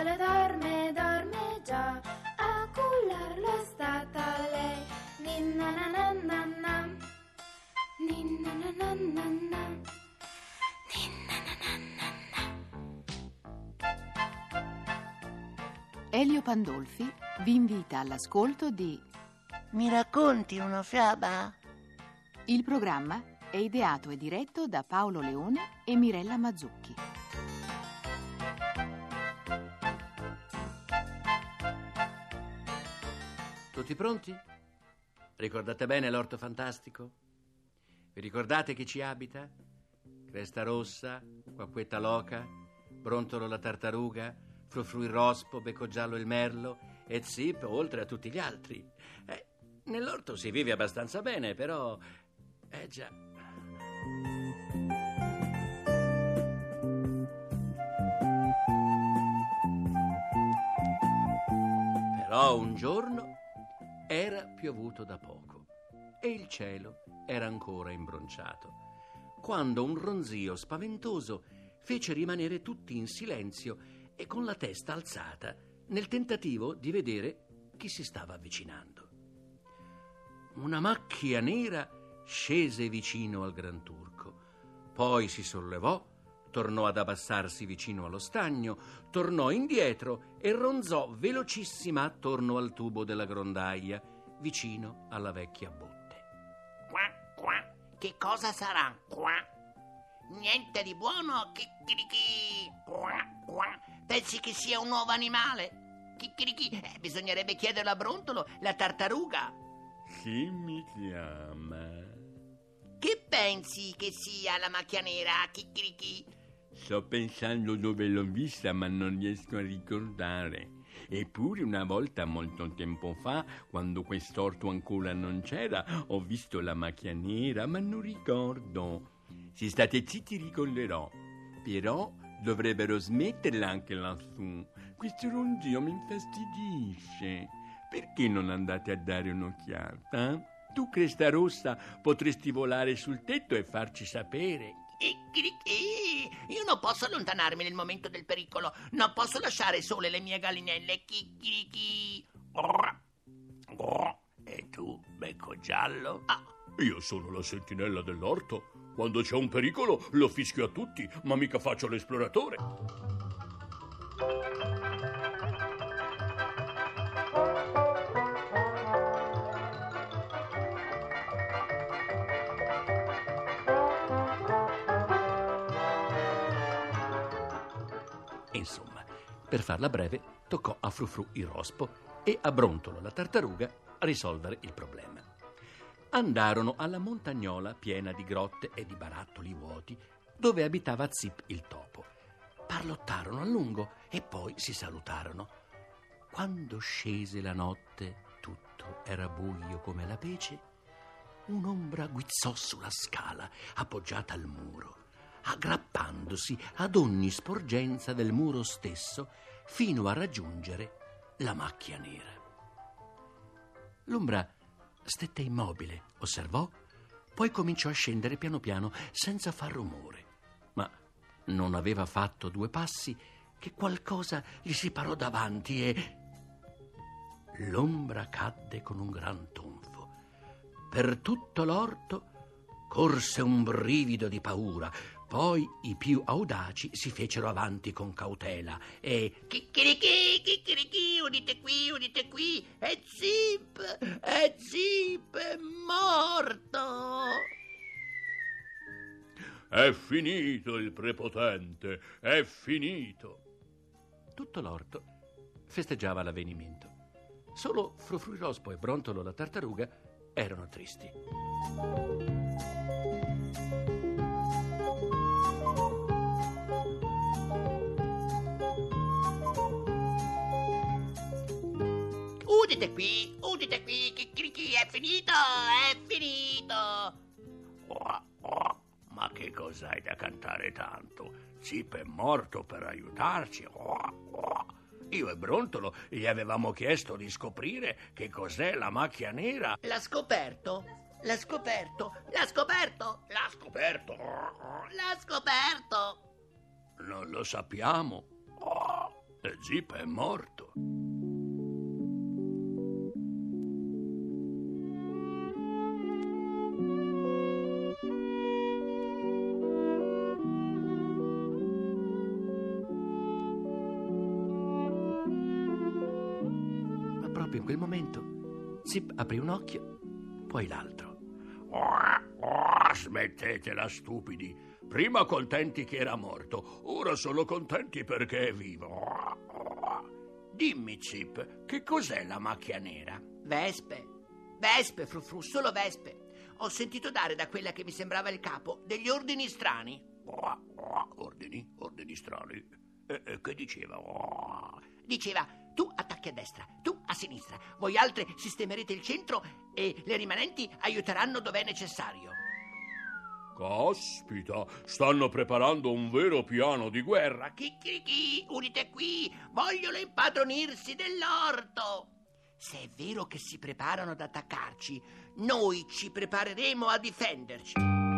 Brontolo dorme già, a cullarlo è stata lei. Ninna na na na na, ninna na na na na, ninna na na na na. Elio Pandolfi vi invita all'ascolto di Mi racconti una fiaba? Il programma è ideato e diretto da Paolo Leone e Mirella Mazzucchi. Tutti pronti? Ricordate bene l'orto fantastico? Vi ricordate chi ci abita? Cresta Rossa, Quacquetta l'oca, Brontolo la tartaruga, Frufru il rospo, Becco giallo il merlo e Zip, oltre a tutti gli altri. Nell'orto si vive abbastanza bene, però... già... Però un giorno era piovuto da poco e il cielo era ancora imbronciato, quando un ronzio spaventoso fece rimanere tutti in silenzio e con la testa alzata nel tentativo di vedere chi si stava avvicinando. Una macchia nera scese vicino al Gran Turco, poi si sollevò, tornò ad abbassarsi vicino allo stagno, tornò indietro e ronzò velocissima attorno al tubo della grondaia, vicino alla vecchia botte. Qua, qua, che cosa sarà? Qua. Niente di buono, chicchirichì. Qua, qua. Pensi che sia un nuovo animale? Chicchirichì. Bisognerebbe chiederlo a Brontolo, la tartaruga. Chi mi chiama? Che pensi che sia la macchia nera, chicchirichì? Sto pensando dove l'ho vista, ma non riesco a ricordare. Eppure una volta, molto tempo fa, quando quest'orto ancora non c'era, ho visto la macchia nera, ma non ricordo. Se state zitti ricorderò. Però dovrebbero smetterla anche lassù. Questo ronzio mi infastidisce. Perché non andate a dare un'occhiata? Tu, Cresta Rossa, potresti volare sul tetto e farci sapere. Chicchirichì. Io non posso allontanarmi nel momento del pericolo. Non posso lasciare sole le mie gallinelle. Chicchirichì. E tu, Becco giallo? Ah. Io sono la sentinella dell'orto. Quando c'è un pericolo lo fischio a tutti, ma mica faccio l'esploratore. Insomma, per farla breve, toccò a Frufru il rospo e a Brontolo la tartaruga risolvere il problema. Andarono alla montagnola piena di grotte e di barattoli vuoti dove abitava Zip il topo. Parlottarono a lungo e poi si salutarono. Quando scese la notte, tutto era buio come la pece. Un'ombra guizzò sulla scala appoggiata al muro, aggrappandosi ad ogni sporgenza del muro stesso fino a raggiungere la macchia nera. L'ombra stette immobile, osservò, poi cominciò a scendere piano piano senza far rumore. Ma non aveva fatto 2 passi che qualcosa gli si parò davanti e l'ombra cadde con un gran tonfo. Per tutto l'orto corse un brivido di paura. Poi i più audaci si fecero avanti con cautela e... Chicchirichì, chicchirichì, udite qui, è Zip, è morto. È finito il prepotente, è finito. Tutto l'orto festeggiava l'avvenimento. Solo Frufru il rospo e Brontolo la tartaruga erano tristi. Udite qui, chicchirichì, è finito. Ma che cos'hai da cantare tanto? Zip è morto per aiutarci. Io e Brontolo gli avevamo chiesto di scoprire che cos'è la macchia nera. L'ha scoperto. Non lo sappiamo. Zip è morto. Ma proprio in quel momento Zip aprì un occhio, poi l'altro. Smettetela, stupidi. Prima contenti che era morto, ora sono contenti perché è vivo. Dimmi, Zip, che cos'è la macchia nera? Vespe. Vespe, frufru, solo vespe. Ho sentito dare da quella che mi sembrava il capo degli ordini strani. Ordini strani. Che diceva? Diceva, tu attacchi a destra, tu a sinistra, voi altri sistemerete il centro e le rimanenti aiuteranno dove è necessario. Caspita, stanno preparando un vero piano di guerra. Chicchirichì, udite qui, vogliono impadronirsi dell'orto. Se è vero che si preparano ad attaccarci, noi ci prepareremo a difenderci.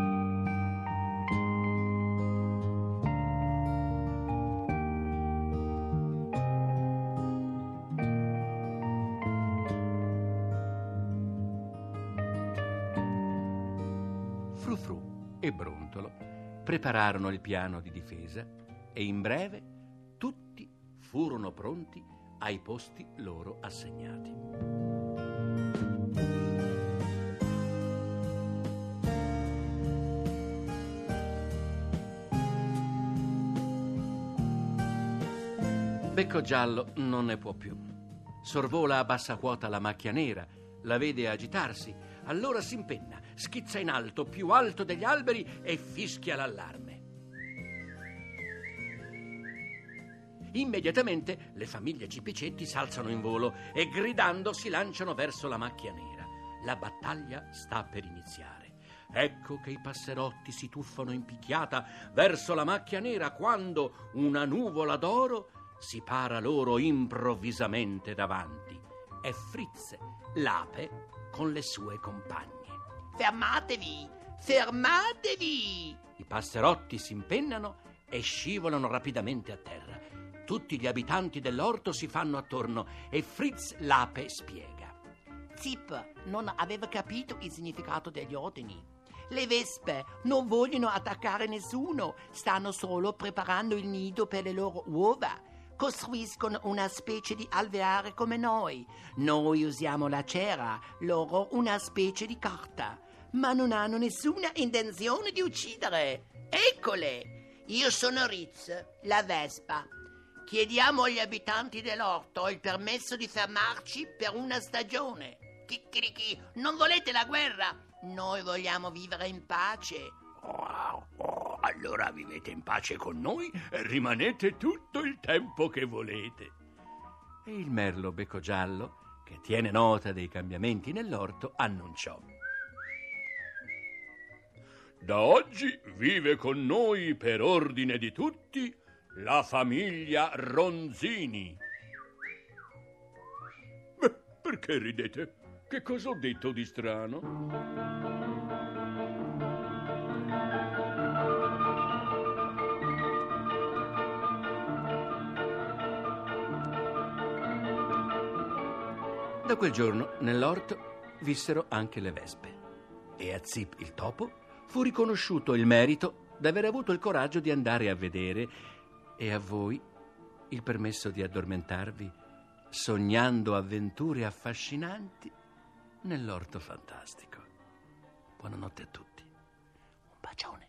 Frufru e Brontolo prepararono il piano di difesa e in breve tutti furono pronti ai posti loro assegnati. Beccogiallo non ne può più. Sorvola a bassa quota la macchia nera, la vede agitarsi, allora si impenna, schizza in alto, più alto degli alberi e fischia l'allarme. Immediatamente le famiglie Cipicetti s'alzano in volo e gridando si lanciano verso la macchia nera. La battaglia sta per iniziare. Ecco che i passerotti si tuffano in picchiata verso la macchia nera quando una nuvola d'oro si para loro improvvisamente davanti. È Fritz, l'ape, con le sue compagne. Fermatevi, fermatevi! I passerotti si impennano e scivolano rapidamente a terra. Tutti gli abitanti dell'orto si fanno attorno e Fritz, l'ape, spiega. Zip non aveva capito il significato degli ordini. Le vespe non vogliono attaccare nessuno, stanno solo preparando il nido per le loro uova. Costruiscono una specie di alveare come noi. Noi usiamo la cera, loro una specie di carta. Ma non hanno nessuna intenzione di uccidere. Eccole! Io sono Ritz, la vespa. Chiediamo agli abitanti dell'orto il permesso di fermarci per una stagione. Chicchirichì, non volete la guerra? Noi vogliamo vivere in pace. Allora vivete in pace con noi e rimanete tutto il tempo che volete. E il merlo beccogiallo, che tiene nota dei cambiamenti nell'orto, annunciò. Da oggi vive con noi per ordine di tutti la famiglia Ronzini. Beh, perché ridete? Che cosa ho detto di strano? Da quel giorno nell'orto vissero anche le vespe e a Zip il topo fu riconosciuto il merito d'aver avuto il coraggio di andare a vedere e a voi il permesso di addormentarvi sognando avventure affascinanti nell'orto fantastico. Buonanotte a tutti. Un bacione.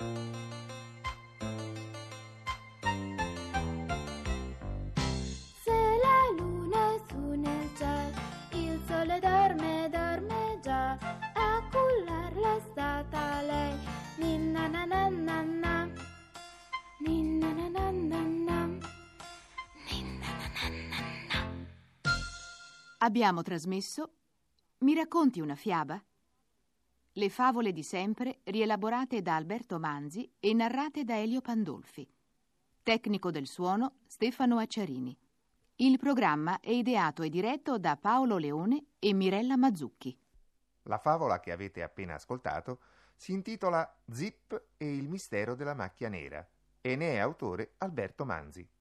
Se la luna è su nel cielo, il sole dorme, dorme già, a cullarla è stata lei. Ninna na na na na, ninna na na na na, ninna na na na na. Abbiamo trasmesso Mi racconti una fiaba? Le favole di sempre rielaborate da Alberto Manzi e narrate da Elio Pandolfi. Tecnico del suono Stefano Acciarini. Il programma è ideato e diretto da Paolo Leone e Mirella Mazzucchi. La favola che avete appena ascoltato si intitola Zip e il mistero della macchia nera e ne è autore Alberto Manzi.